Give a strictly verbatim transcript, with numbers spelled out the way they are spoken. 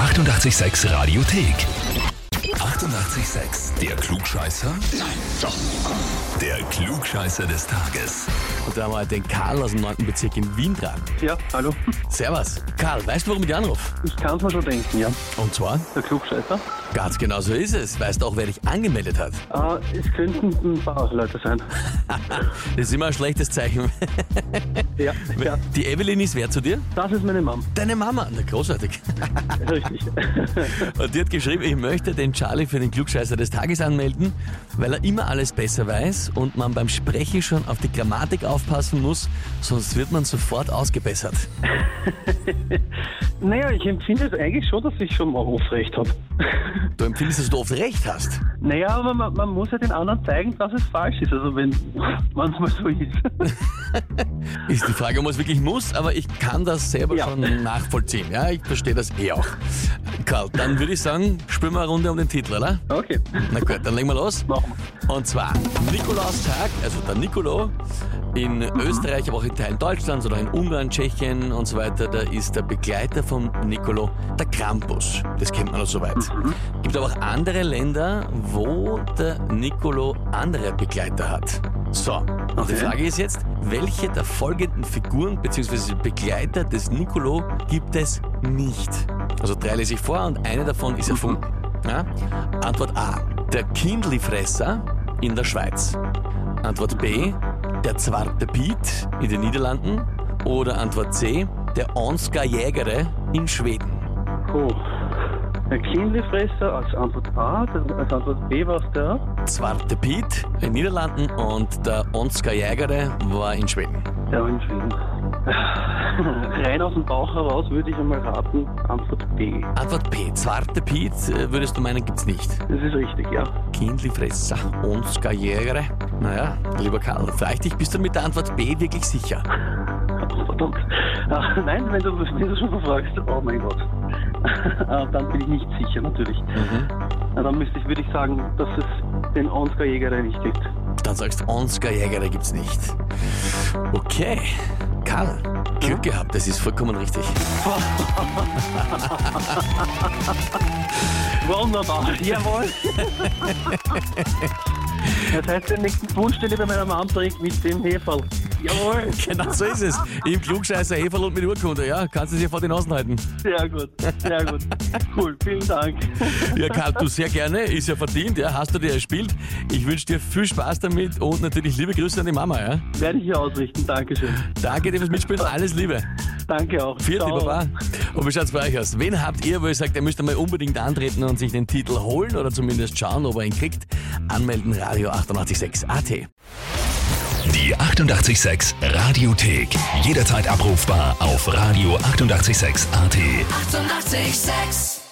achtundachtzig Komma sechs Radiothek. achtundachtzig Komma sechs. Der Klugscheißer? Nein, doch. Der Klugscheißer des Tages. Und da haben wir heute den Karl aus dem neunten Bezirk in Wien dran. Ja, hallo. Servus. Karl, weißt du, warum ich dich anrufe? Ich kann es mir schon denken, ja. Und zwar? Der Klugscheißer. Ganz genau so ist es. Weißt du auch, wer dich angemeldet hat? Äh, es könnten ein paar Leute sein. Das ist immer ein schlechtes Zeichen. Ja, ja. Die Evelyn ist wer zu dir? Das ist meine Mom. Deine Mama. Na, großartig. Richtig. Und die hat geschrieben, ich möchte den Charlie für den Klugscheißer des Tages anmelden, weil er immer alles besser weiß und man beim Sprechen schon auf die Grammatik aufpassen muss, sonst wird man sofort ausgebessert. Naja, ich empfinde es eigentlich schon, dass ich schon mal oft recht habe. Du empfindest, dass du oft recht hast. Naja, aber man, man muss ja den anderen zeigen, dass es falsch ist, also wenn manchmal so ist. Ist die Frage, ob man es wirklich muss, aber ich kann das selber Ja. schon nachvollziehen. Ja, ich verstehe das eh auch. Karl, dann würde ich sagen, spielen wir eine Runde um den Titel, oder? Okay, Na gut, dann legen wir los. machen wir. Und zwar Nikolaustag, also der Nikolo, in Österreich, aber auch in Teilen Deutschlands oder in Ungarn, Tschechien und so weiter, da ist der Begleiter vom Nikolo der Krampus. Das kennt man noch soweit. Gibt aber auch andere Länder, wo der Nikolo andere Begleiter hat. So, und die Okay. Frage ist jetzt, welche der folgenden Figuren bzw. Begleiter des Nikolo gibt es nicht? Also drei lese ich vor und eine davon ist erfunden. Ja? Antwort A, der Kindlifresser in der Schweiz. Antwort B, der Zwarte Piet in den Niederlanden. Oder Antwort C, der Onska Jägere in Schweden. Oh. Der Kindlifresser als Antwort A, als Antwort B war es der. Zwarte Piet in den Niederlanden und der Onska Jägere war in Schweden. Der war in Schweden. Rein aus dem Bauch heraus würde ich einmal raten, Antwort B. Antwort B, Zwarte Piet, äh, würdest du meinen, gibt's nicht. Das ist richtig, ja. Kindlifresser, Onska Jägere. Naja, lieber Karl, frag dich, bist du mit der Antwort B wirklich sicher? Verdammt. Ach, nein, wenn du, wenn du schon fragst, oh mein Gott. Ah, dann bin ich nicht sicher, natürlich. Mhm. Na, dann müsste ich, würde ich sagen, dass es den Onska Jäger nicht gibt. Dann sagst du, Onska Jägere gibt's nicht. Okay, Karl, Glück gehabt, das ist vollkommen richtig. Wunderbar, jawohl. Das heißt, den nächsten Wunsch, den ich bei meiner Mom trinke, mit dem Heferl. Jawohl. Genau so ist es. Im Klugscheißer Heferl und mit Urkunde, ja, kannst du dir vor den Nasen halten. Sehr gut, sehr gut. Cool, vielen Dank. Ja, Karl, du sehr gerne, ist ja verdient, ja, hast du dir erspielt. Ich wünsche dir viel Spaß damit und natürlich liebe Grüße an die Mama, ja. Werde ich hier ausrichten, Dankeschön. Danke dir fürs Mitspielen, alles Liebe. Danke auch. Vierte, Ciao. Baba. Und wie schaut's bei euch aus? Wen habt ihr, wo ihr sagt, ihr müsst einmal unbedingt antreten und sich den Titel holen oder zumindest schauen, ob er ihn kriegt? Anmelden, Radio achtundachtzig Komma sechs A T. Die achtundachtzig Komma sechs Radiothek. Jederzeit abrufbar auf Radio achtundachtzig Komma sechs A T. achtundachtzig Komma sechs